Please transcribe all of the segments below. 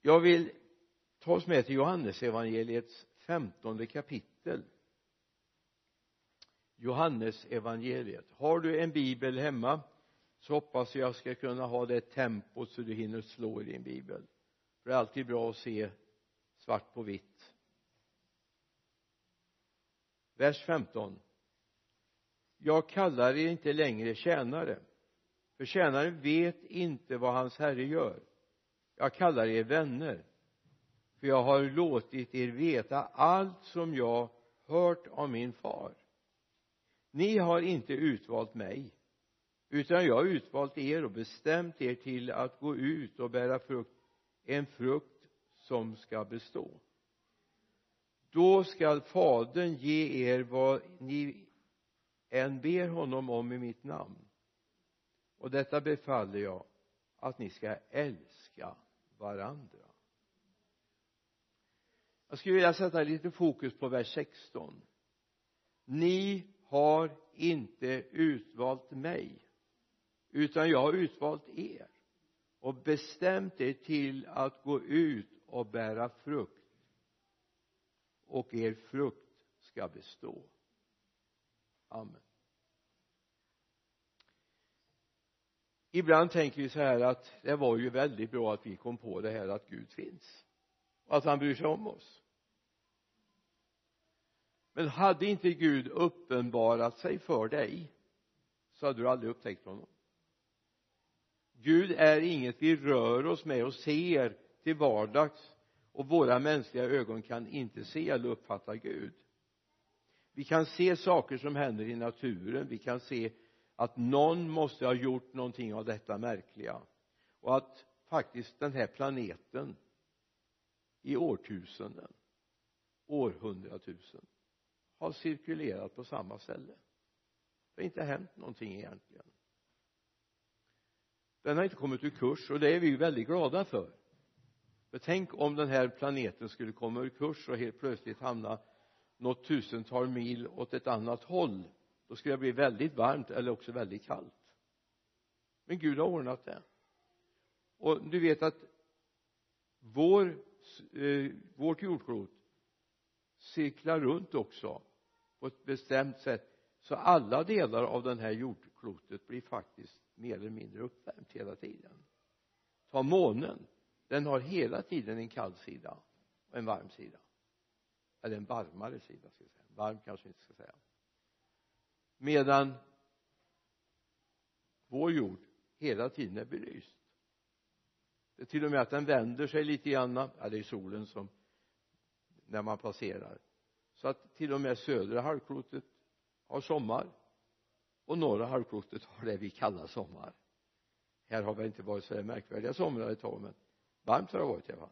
Jag vill ta oss med till Johannes evangeliets 15:e kapitel. Johannes evangeliet. Har du en bibel hemma så hoppas jag ska kunna ha det tempot så du hinner slå i din bibel. För det är alltid bra att se svart på vitt. Vers 15. Jag kallar er inte längre tjänare, för tjänaren vet inte vad hans herre gör. Jag kallar er vänner, för jag har låtit er veta allt som jag hört av min far. Ni har inte utvalt mig, utan jag har utvalt er och bestämt er till att gå ut och bära frukt, en frukt som ska bestå. Då skall Fadern ge er vad ni än ber honom om i mitt namn. Och detta befaller jag, att ni ska älska varandra. Jag skulle vilja sätta lite fokus på vers 16. Ni har inte utvalt mig, utan jag har utvalt er och bestämt er till att gå ut och bära frukt, och er frukt ska bestå. Amen. Ibland tänker vi så här att det var ju väldigt bra att vi kom på det här att Gud finns och att han bryr sig om oss. Men hade inte Gud uppenbarat sig för dig så hade du aldrig upptäckt honom. Gud är inget vi rör oss med och ser till vardags, och våra mänskliga ögon kan inte se eller uppfatta Gud. Vi kan se saker som händer i naturen, vi kan se att någon måste ha gjort någonting av detta märkliga, och att faktiskt den här planeten i årtusenden, århundratusen har cirkulerat på samma ställe. Det har inte hänt någonting egentligen. Den har inte kommit ur kurs, och det är vi väldigt glada för. Men tänk om den här planeten skulle komma ur kurs och helt plötsligt hamna något tusental mil åt ett annat håll. Då skulle det bli väldigt varmt eller också väldigt kallt. Men Gud har ordnat det. Och du vet att vårt jordklot cirklar runt också på ett bestämt sätt, så alla delar av den här jordklotet blir faktiskt mer eller mindre uppvärmt hela tiden. Ta månen, den har hela tiden en kall sida och en varm sida, eller en varmare sida ska jag säga. Varm kanske inte ska säga. Medan vår jord hela tiden är belyst. Det är till och med att den vänder sig lite grann, ja, det är solen som när man passerar, så att till och med södra halvklotet har sommar och norra halvklotet har det vi kallar sommar. Här har vi inte varit så märkvärdiga somrar ett tag, men varmt har det varit i alla fall.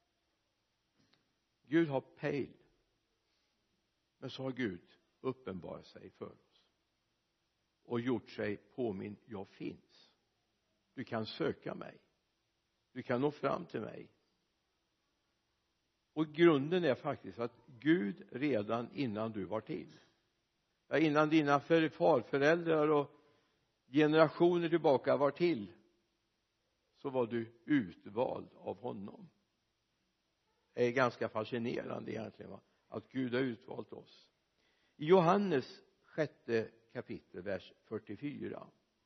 Gud har pejl, men så har Gud uppenbarat sig för oss och gjort sig påminn. Jag finns. Du kan söka mig. Du kan nå fram till mig. Och grunden är faktiskt att Gud redan innan du var till, ja, innan dina farföräldrar och generationer tillbaka var till, så var du utvald av honom. Det är ganska fascinerande egentligen, va? Att Gud har utvalt oss. I Johannes 6:e kapitel, vers 44,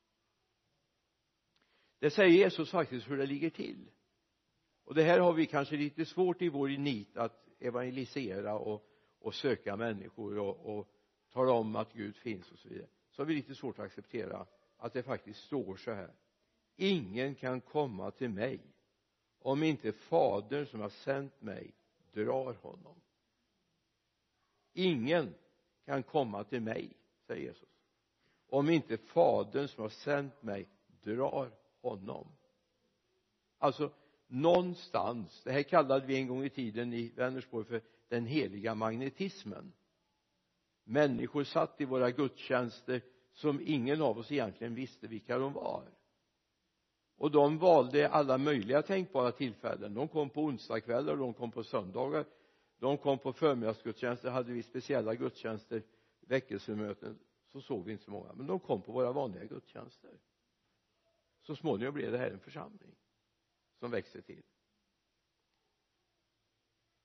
det säger Jesus faktiskt hur det ligger till. Och det här har vi kanske lite svårt i vår nit att evangelisera och söka människor och tala om att Gud finns och så vidare. Så har vi lite svårt att acceptera att det faktiskt står så här: ingen kan komma till mig om inte Fadern som har sänt mig drar honom. Ingen kan komma till mig, säger Jesus, om inte Fadern som har sänt mig drar honom. Alltså någonstans, det här kallade vi en gång i tiden i Vänersborg för den heliga magnetismen. Människor satt i våra gudstjänster som ingen av oss egentligen visste vilka de var. Och de valde alla möjliga tänkbara tillfällen. De kom på onsdagskvällar, de kom på söndagar, de kom på förmiddagsgudstjänster. Hade vi speciella gudstjänster, väckelsemöten, så såg vi inte så många, men de kom på våra vanliga gudstjänster. Så småningom blev det här en församling som växte till.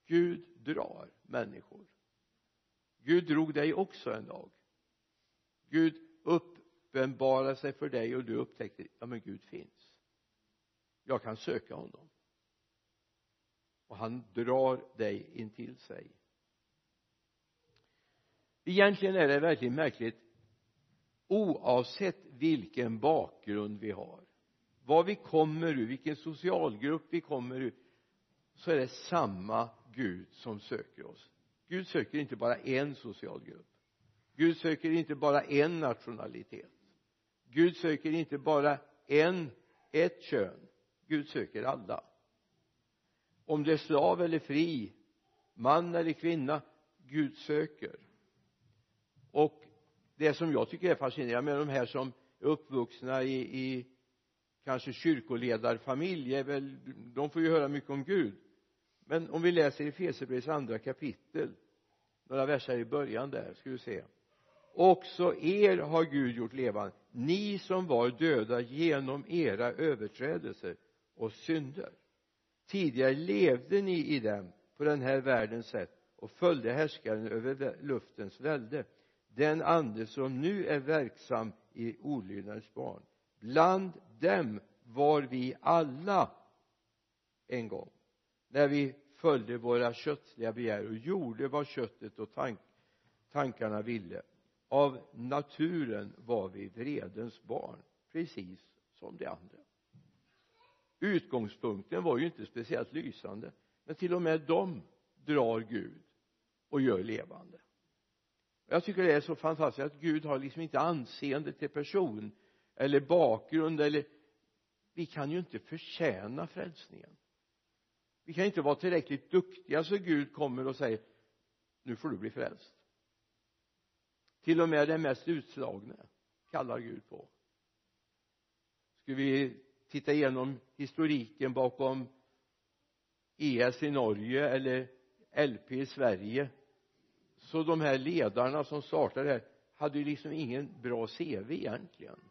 Gud drar människor. Gud drog dig också en dag. Gud uppenbarar sig för dig och du upptäckte, ja men Gud finns. Jag kan söka honom. Och han drar dig in till sig. Egentligen är det verkligen märkligt, oavsett vilken bakgrund vi har, var vi kommer ur, vilken socialgrupp vi kommer ur, så är det samma Gud som söker oss. Gud söker inte bara en socialgrupp. Gud söker inte bara en nationalitet. Gud söker inte bara ett kön. Gud söker alla. Om det är slav eller fri, man eller kvinna, Gud söker. Och det som jag tycker är fascinerande med de här som är uppvuxna i kanske kyrkoledarfamilj är väl, de får ju höra mycket om Gud. Men om vi läser i Efesierbrevets andra kapitel, några verser i början där, ska vi se. Också er har Gud gjort levande, ni som var döda genom era överträdelser och synder. Tidigare levde ni i dem på den här världens sätt och följde härskaren över luftens välde, den ande som nu är verksam i olydnadens barn. Bland dem var vi alla en gång, när vi följde våra kötsliga begär och gjorde vad köttet och tankarna ville. Av naturen var vi vredens barn, precis som de andra. Utgångspunkten var ju inte speciellt lysande, men till och med dem drar Gud och gör levande. Jag tycker det är så fantastiskt att Gud har liksom inte anseende till person eller bakgrund, eller vi kan ju inte förtjäna frälsningen. Vi kan inte vara tillräckligt duktiga så Gud kommer och säger, nu får du bli frälst. Till och med den mest utslagna kallar Gud på. Ska vi titta igenom historiken bakom ES i Norge eller LP i Sverige, så de här ledarna som startade här hade ju liksom ingen bra CV egentligen.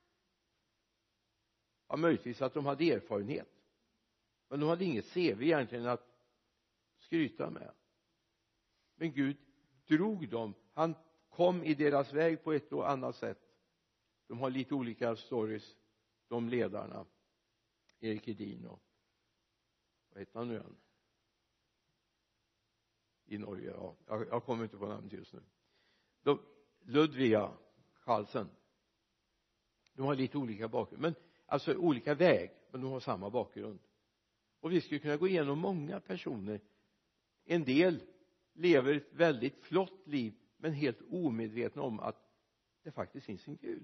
Ja, möjligtvis att de hade erfarenhet, men de hade inget CV egentligen att skryta med. Men Gud drog dem, han kom i deras väg på ett och annat sätt. De har lite olika stories, de ledarna, Erik Edin och vad heter han nu igen i Norge, ja, jag kommer inte på namnet just nu. Ludvig Carlsen, de har lite olika bakgrund, men alltså olika väg, men de har samma bakgrund. Och vi skulle kunna gå igenom många personer. En del lever ett väldigt flott liv, men helt omedvetna om att det faktiskt finns en Gud.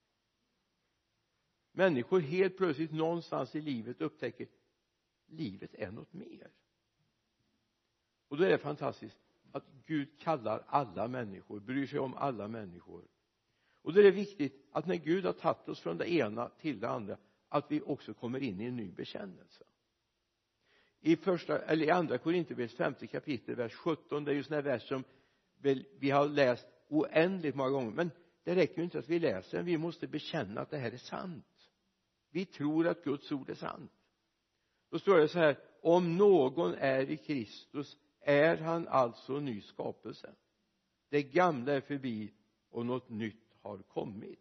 Människor helt plötsligt någonstans i livet upptäcker livet är något mer. Och då är det fantastiskt att Gud kallar alla människor, bryr sig om alla människor. Och då är det viktigt att när Gud har tagit oss från det ena till det andra, att vi också kommer in i en ny bekännelse. I andra Korinthierbrevets 5:e kapitel, vers 17, det är ju sån här vers som vi har läst oändligt många gånger, men det räcker ju inte att vi läser den, vi måste bekänna att det här är sant. Vi tror att Guds ord är sant. Då står det så här: om någon är i Kristus är han alltså ny skapelse. Det gamla är förbi och något nytt har kommit.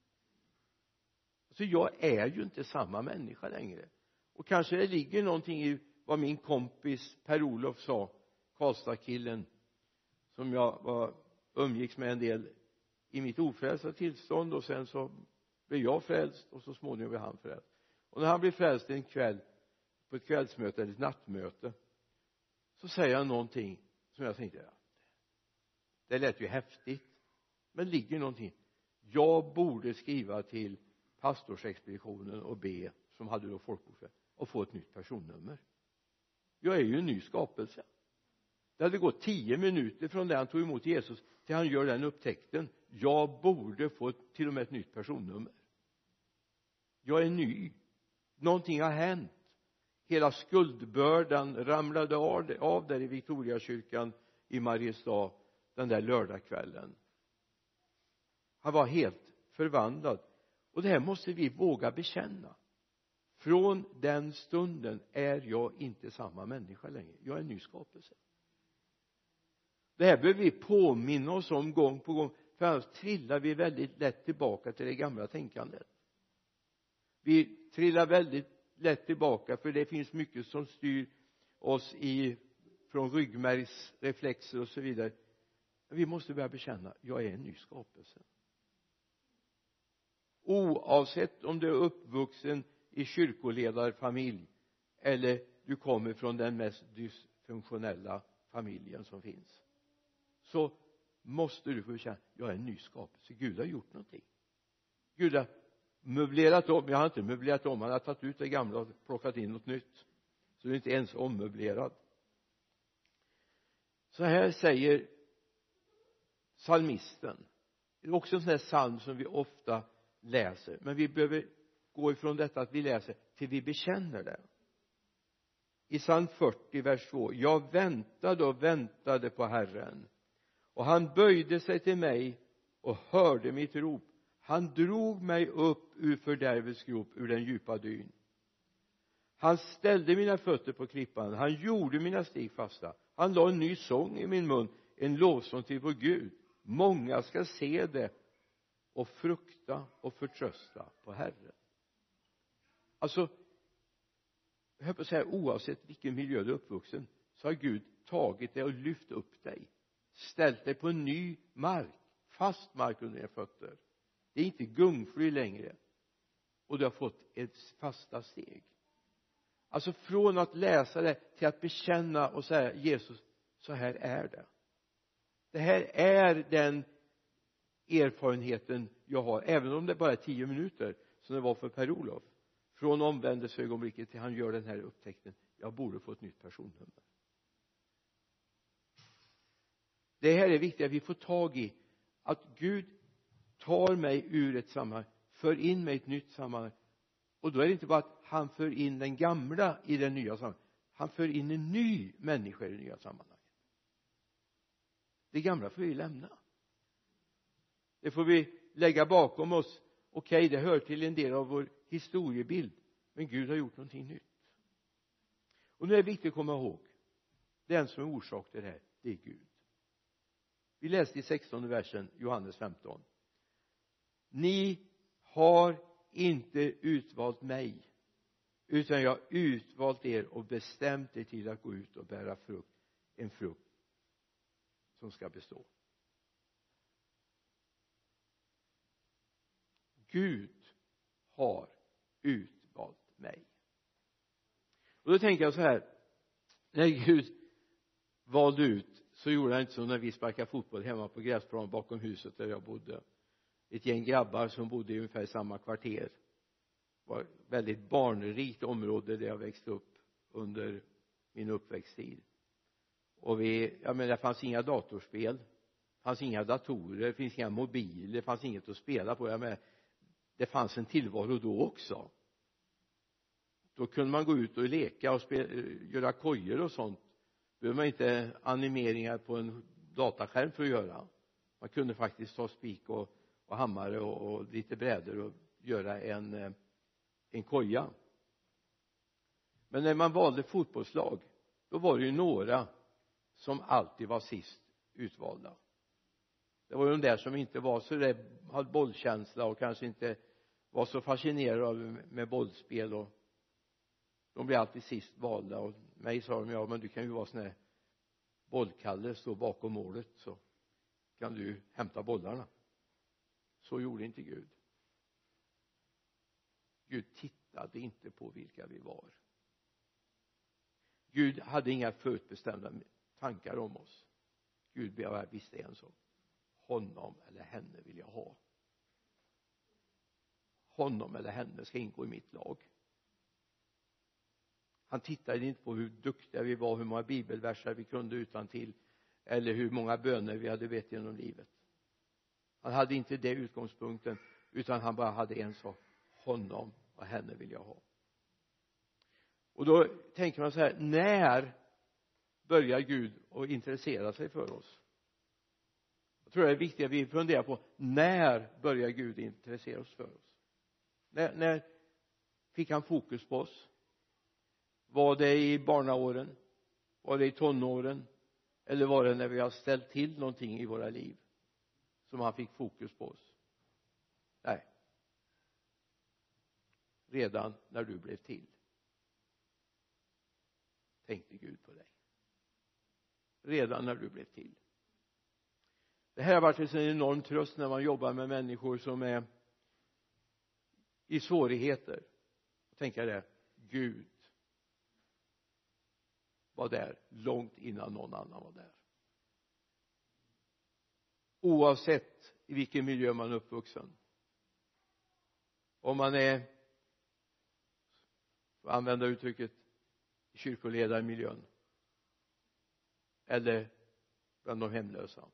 Så jag är ju inte samma människa längre. Och kanske det ligger någonting i vad min kompis Per-Olof sa, Karlstad-killen som jag umgicks med en del i mitt ofrälsta tillstånd, och sen så blev jag frälst och så småningom blev han frälst. Och när han blev frälst en kväll på ett kvällsmöte eller ett nattmöte, så säger han någonting som jag tänkte, ja, det lät ju häftigt, men ligger någonting. Jag borde skriva till pastorsexpeditionen och be, som hade då folkbokföring, och få ett nytt personnummer. Jag är ju en ny skapelse. Det hade gått 10 minuter från det han tog emot Jesus till han gör den upptäckten. Jag borde få till och med ett nytt personnummer. Jag är ny. Någonting har hänt. Hela skuldbördan ramlade av där i Victoriakyrkan i Mariestad den där lördagskvällen. Han var helt förvandlad. Och det här måste vi våga bekänna. från den stunden är jag inte samma människa längre. Jag är en ny skapelse. Det här behöver vi påminna oss om gång på gång, för annars trillar vi väldigt lätt tillbaka till det gamla tänkandet. Vi trillar väldigt lätt tillbaka, för det finns mycket som styr oss från ryggmärgsreflexer och så vidare. Vi måste börja bekänna, jag är en ny skapelse. Oavsett om du är uppvuxen i kyrkoledarfamilj eller du kommer från den mest dysfunktionella familjen som finns, så måste du få bekänna, jag är en ny skapelse. Gud har gjort någonting. Gud har möblerat om. Jag har inte möblerat om, han har tagit ut det gamla och plockat in något nytt, så det är inte ens ommöblerad. Så här säger psalmisten. Det är också en sån här psalm som vi ofta läser, men vi behöver gå ifrån detta att vi läser till vi bekänner det. I psalm 40 vers 2: jag väntade och väntade på Herren, och han böjde sig till mig och hörde mitt rop. Han drog mig upp ur fördärvets grop, ur den djupa dyn. Han ställde mina fötter på klippan, han gjorde mina steg fasta. Han la en ny sång i min mun, en lovsång till vår Gud. Många ska se det och frukta och förtrösta på Herren. Alltså, jag höll på att säga, oavsett vilken miljö du är uppvuxen, så har Gud tagit dig och lyft upp dig, ställt dig på en ny mark, fast mark under dina fötter. Det är inte gungfly längre, och du har fått ett fasta steg. Alltså från att läsa det till att bekänna och säga, Jesus, så här är det. Det här är den erfarenheten jag har, även om det bara är 10 minuter som det var för Per-Olof. Från omvändelseögonblicket till han gör den här upptäckten, jag borde få ett nytt personnummer. Det här är viktigt att vi får tag i, att Gud tar mig ur ett sammanhang, för in mig i ett nytt sammanhang. Och då är det inte bara att han för in den gamla i det nya sammanhanget, han för in en ny människa i det nya sammanhanget. Det gamla får vi lämna. Det får vi lägga bakom oss. Okej, det hör till en del av vår historiebild, men Gud har gjort någonting nytt. Och nu är det viktigt att komma ihåg, den som är orsak till det här, det är Gud. Vi läste i 16 versen, Johannes 15. Ni har inte utvalt mig, utan jag har utvalt er och bestämt er till att gå ut och bära frukt, en frukt som ska bestå. Gud har utvalt mig. Och då tänker jag så här, när Gud valde ut, så gjorde han inte som när vi sparkade fotboll hemma på gräsplan bakom huset där jag bodde. Ett gäng grabbar som bodde i ungefär samma kvarter. Det var ett väldigt barnrikt område där jag växte upp under min uppväxttid. Och det fanns inga datorspel, det fanns inga datorer, det finns inga mobiler, det fanns inget att spela på. Det fanns en tillvaro då också. Då kunde man gå ut och leka och göra kojor och sånt. Behöver man inte animeringar på en dataskärm för att göra. Man kunde faktiskt ta spik och hammare och lite brädor och göra en koja. Men när man valde fotbollslag, då var det ju några som alltid var sist utvalda. Det var ju de där som inte var så där, hade bollkänsla och kanske inte var så fascinerade med bollspel, och de blev alltid sist valda. Och mig sa de, ja men du kan ju vara sån här bollkalle, stå bakom målet så kan du hämta bollarna. Så gjorde inte Gud. Gud tittade inte på vilka vi var. Gud hade inga förutbestämda tankar om oss. Gud bara visste en sak: honom eller henne vill jag ha. Honom eller henne ska ingå i mitt lag. Han tittade inte på hur duktiga vi var, hur många bibelverser vi kunde utan till, eller hur många böner vi hade bett genom livet. Han hade inte det utgångspunkten, utan han bara hade en sak: honom och henne vill jag ha. Och då tänker man så här, när börjar Gud att intressera sig för oss? Jag tror det är viktigt att vi funderar på, när börjar Gud intressera oss för oss? fick han fokus på oss? Var det i barnaåren? Var det i tonåren? Eller var det när vi har ställt till någonting i våra liv som han fick fokus på oss? Nej. Redan när du blev till tänkte Gud på dig. Redan när du blev till. Det här har varit en enorm tröst när man jobbar med människor som är i svårigheter. Tänka det, Gud var där långt innan någon annan var där. Oavsett i vilken miljö man är uppvuxen. Om man är, för att använda uttrycket, i kyrkoledarmiljön eller bland de hemlösa,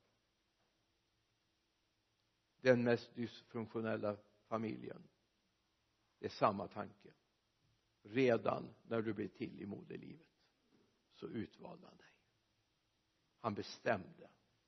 den mest dysfunktionella familjen, det är samma tanke. Redan när du blev till i moderlivet så utvalde han dig. Han bestämde.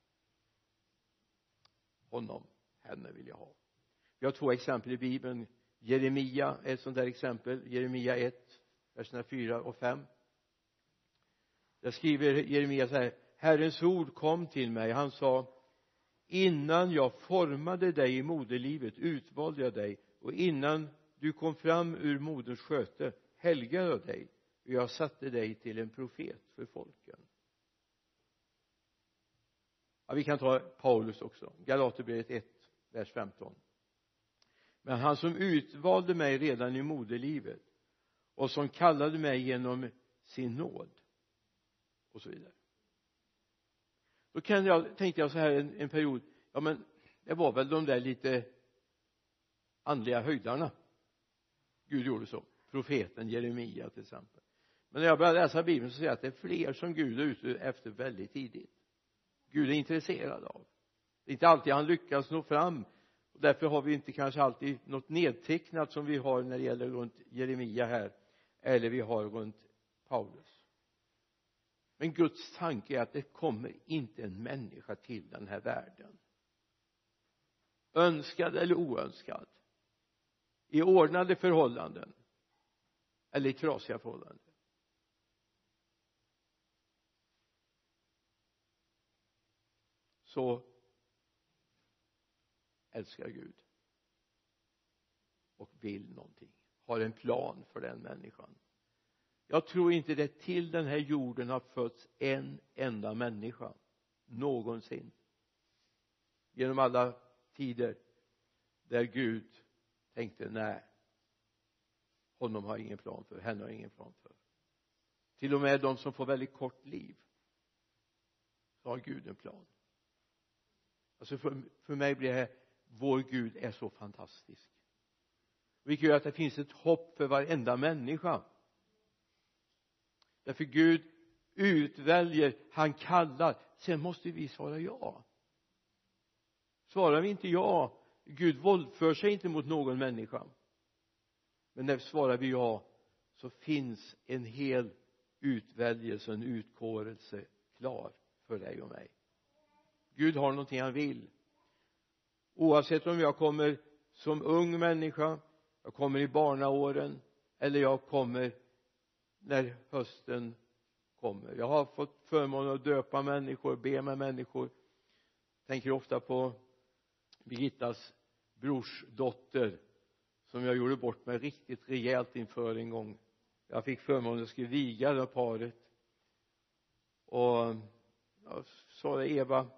Henne vill jag ha. Vi har 2 exempel i Bibeln. Jeremia är ett sånt där exempel. Jeremia 1, verserna 4 och 5. Där skriver Jeremia så här: Herrens ord kom till mig. Han sa: innan jag formade dig i moderlivet utvalde jag dig, och innan du kom fram ur moderns sköte helgade jag dig, och jag satte dig till en profet för folken. Ja, vi kan ta Paulus också. Galaterbrevet 1, vers 15. Men han som utvalde mig redan i moderlivet och som kallade mig genom sin nåd, och så vidare. Då tänkte jag så här en period, ja men det var väl de där lite andliga höjdarna Gud gjorde så. Profeten Jeremia till exempel. Men när jag började läsa Bibeln så ser jag att det är fler som Gud är ute efter väldigt tidigt. Gud är intresserad av. Det är inte alltid han lyckas nå fram. Och därför har vi inte kanske alltid något nedtecknat som vi har när det gäller runt Jeremia här. Eller vi har runt Paulus. Men Guds tanke är att det kommer inte en människa till den här världen, önskad eller oönskad, i ordnade förhållanden eller i trasiga förhållanden. Så älskar Gud och vill någonting, har en plan för den människan. Jag tror inte det till den här jorden har fötts en enda människa någonsin genom alla tider där Gud tänkte nej, honom har ingen plan för, henne har ingen plan för. Till och med de som får väldigt kort liv, så har Gud en plan. Alltså för mig blir det här, vår Gud är så fantastisk. Vilket gör att det finns ett hopp för varenda människa. Därför Gud utväljer, han kallar. Sen måste vi svara ja. Svarar vi inte ja, Gud våldför sig inte mot någon människa. Men när svarar vi ja, så finns en hel utväljelse, en utkårelse klar för dig och mig. Gud har någonting han vill. Oavsett om jag kommer som ung människa, jag kommer i barnaåren, eller jag kommer när hösten kommer. Jag har fått förmånen att döpa människor, be med människor. Tänker ofta på Birgittas brorsdotter som jag gjorde bort mig riktigt rejält inför en gång. Jag fick förmånen att skulle viga det paret. Och jag sa det, Eva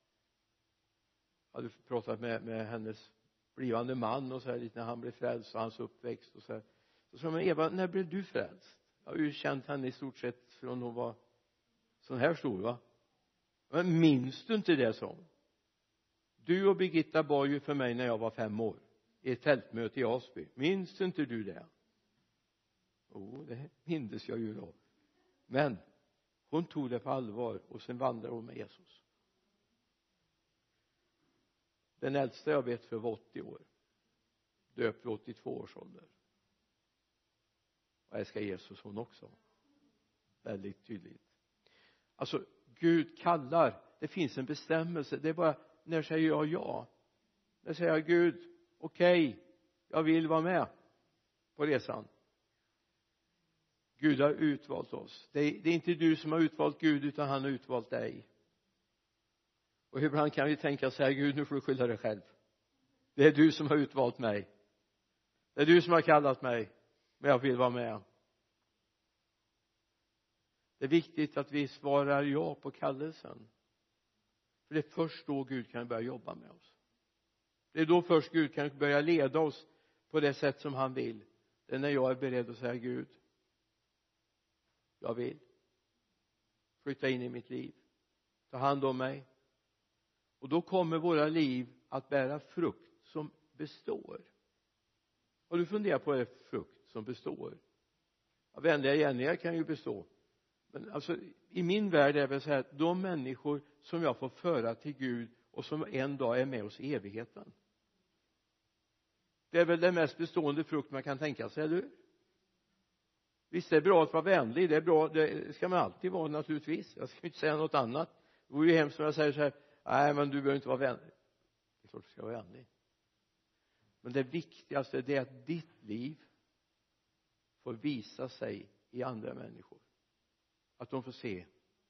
hade pratat med hennes blivande man och så här lite när han blev frälst och hans uppväxt och så här. Så sa jag, men Eva, när blev du frälst? Jag har ju känt henne i stort sett från hon var sån här stor, va? Men minns du inte det, så? Du och Birgitta bad ju för mig när jag var 5 år i ett fältmöte i Asby. Minns inte du det? Det minns jag ju då. Men hon tog det på allvar och sen vandrade hon med Jesus. Den äldsta jag vet för var 80 år. Döpt vid 82 års ålder. Och älskar Jesus hon också. Väldigt tydligt. Alltså Gud kallar. Det finns en bestämmelse. Det är bara, när säger jag ja? När säger jag Gud, okej, jag vill vara med på resan. Gud har utvalt oss. Det är inte du som har utvalt Gud, utan han har utvalt dig. Och ibland kan vi tänka så här: Gud, nu får du skylla dig själv. Det är du som har utvalt mig. Det är du som har kallat mig. Men jag vill vara med. Det är viktigt att vi svarar ja på kallelsen. För det är först då Gud kan börja jobba med oss. Det är då först Gud kan börja leda oss på det sätt som han vill. Det är när jag är beredd att säga: Gud, jag vill flytta in i mitt liv. Ta hand om mig. Och då kommer våra liv att bära frukt som består. Har du funderat på det, frukt som består? Ja, vänliga gärningar kan ju bestå. Men alltså, i min värld är det väl så här att de människor som jag får föra till Gud och som en dag är med oss i evigheten, det är väl den mest bestående frukt man kan tänka sig, eller hur? Visst är det bra att vara vänlig, det är bra, det ska man alltid vara naturligtvis. Jag ska inte säga något annat. Det vore ju hemskt om jag säger så här: nej, men du behöver inte vara vänlig. Det är klart du ska vara vänlig. Men det viktigaste är att ditt liv får visa sig i andra människor. Att de får se: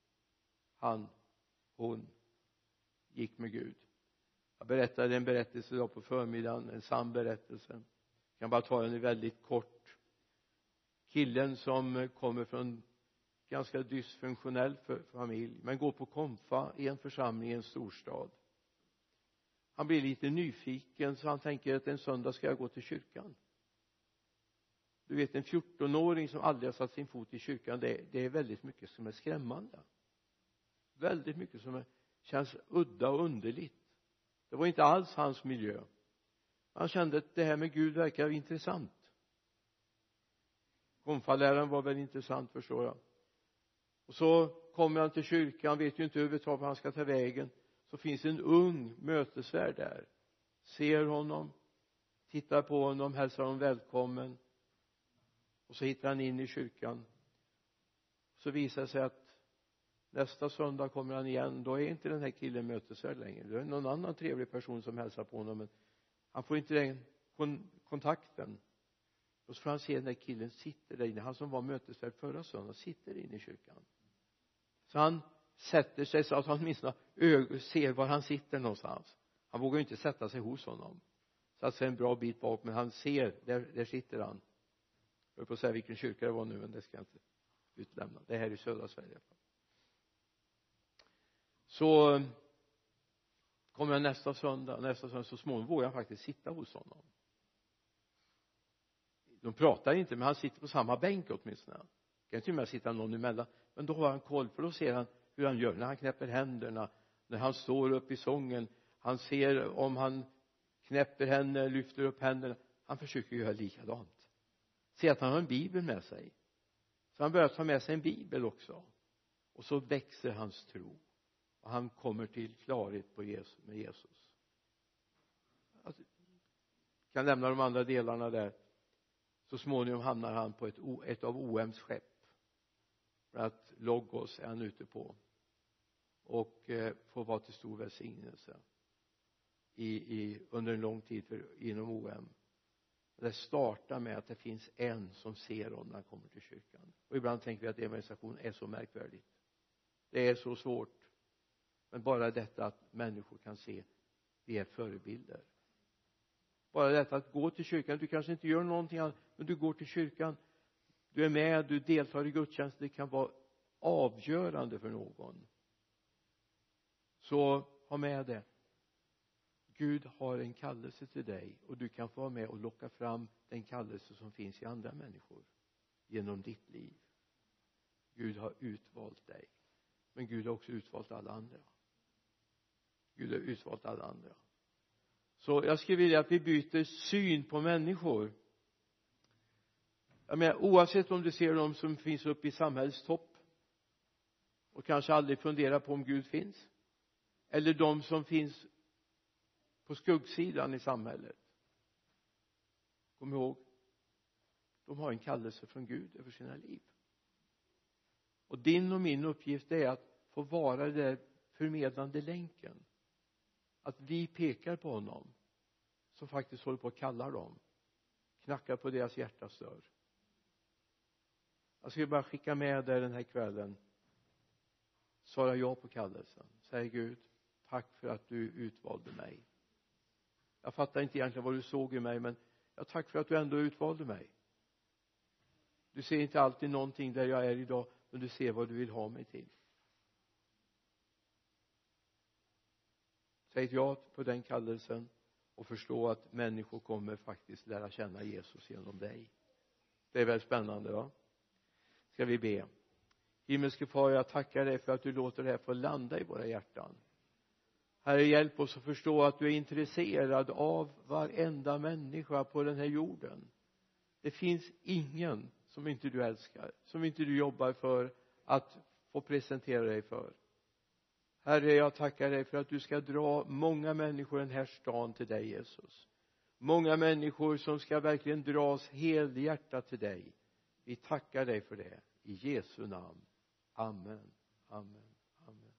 hon gick med Gud. Jag berättade en berättelse idag på förmiddagen, en sann berättelse. Jag kan bara ta den väldigt kort. Killen som kommer från ganska dysfunktionell familj, men går på konfa i en församling i en storstad. Han blir lite nyfiken, så han tänker att en söndag ska jag gå till kyrkan. Du vet, en 14-åring som aldrig har satt sin fot i kyrkan, det är väldigt mycket som är skrämmande. Väldigt mycket som känns udda och underligt. Det var inte alls hans miljö. Han kände att det här med Gud verkar intressant. Konfaläraren var väl intressant, förstår jag. Och så kommer han till kyrkan, han vet ju inte överhuvudtaget var han ska ta vägen. Så finns en ung mötesvärd där. Ser honom, tittar på honom, hälsar honom välkommen. Och så hittar han in i kyrkan. Så visar det sig att nästa söndag kommer han igen. Då är inte den här killen mötesvärd längre. Det är någon annan trevlig person som hälsar på honom. Men han får inte den kontakten. Och så får han se den där killen sitter där inne. Han som var mötesvärd förra söndagen sitter inne i kyrkan. Så han sätter sig så att han åtminstone ser var han sitter någonstans. Han vågar ju inte sätta sig hos honom. Satt sig en bra bit bak, men han ser, där sitter han. Jag höll på att säga vilken kyrka det var nu, men det ska jag inte utlämna. Det är här i södra Sverige. Så kommer jag nästa söndag så småningom vågar jag faktiskt sitta hos honom. De pratar inte, men han sitter på samma bänk åtminstone. Kan till och med sitta någon emellan. Men då har han koll, för då ser han hur han gör när han knäpper händerna, när han står upp i sången. Han ser om han knäpper händerna, lyfter upp händerna. Han försöker göra likadant. Se att han har en bibel med sig. Så han börjar ta med sig en bibel också. Och så växer hans tro. Och han kommer till klarhet med Jesus. Jag kan lämna de andra delarna där. Så småningom hamnar han på ett av OMs skepp. För att Logos är han ute på. Och får vara till stor välsignelse. Under en lång tid inom OM. Det startar med att det finns en som ser honom när han kommer till kyrkan. Och ibland tänker vi att evangelisation är så märkvärdigt. Det är så svårt. Men bara detta att människor kan se, vi är förebilder. Bara detta att gå till kyrkan, du kanske inte gör någonting annat, men du går till kyrkan, du är med, du deltar i gudstjänst, det kan vara avgörande för någon. Så ha med det. Gud har en kallelse till dig, och du kan få vara med och locka fram den kallelse som finns i andra människor genom ditt liv. Gud har utvalt dig, men Gud har också utvalt alla andra. Gud har utvalt alla andra. Så jag skulle vilja att vi byter syn på människor. Jag menar, oavsett om du ser dem som finns uppe i samhällets topp och kanske aldrig funderar på om Gud finns, eller de som finns på skuggsidan i samhället. Kom ihåg, de har en kallelse från Gud över sina liv. Och din och min uppgift är att få vara den där förmedlande länken. Att vi pekar på honom som faktiskt håller på att kalla dem. Knackar på deras hjärtas dörr. Jag ska bara skicka med dig den här kvällen. Svara ja på kallelsen. Säg Gud, tack för att du utvalde mig. Jag fattar inte egentligen vad du såg i mig, men jag tack för att du ändå utvalde mig. Du ser inte alltid någonting där jag är idag, men du ser vad du vill ha mig till. Säg ja på den kallelsen och förstå att människor kommer faktiskt lära känna Jesus genom dig. Det är väldigt spännande, va? Ska vi be. Himmelske far, jag tackar dig för att du låter det här få landa i våra hjärtan. Herre, hjälp oss att förstå att du är intresserad av varenda människa på den här jorden. Det finns ingen som inte du älskar, som inte du jobbar för att få presentera dig för. Herre, jag tackar dig för att du ska dra många människor i den här stan till dig, Jesus. Många människor som ska verkligen dras helhjärtat till dig. Vi tackar dig för det. I Jesu namn. Amen. Amen.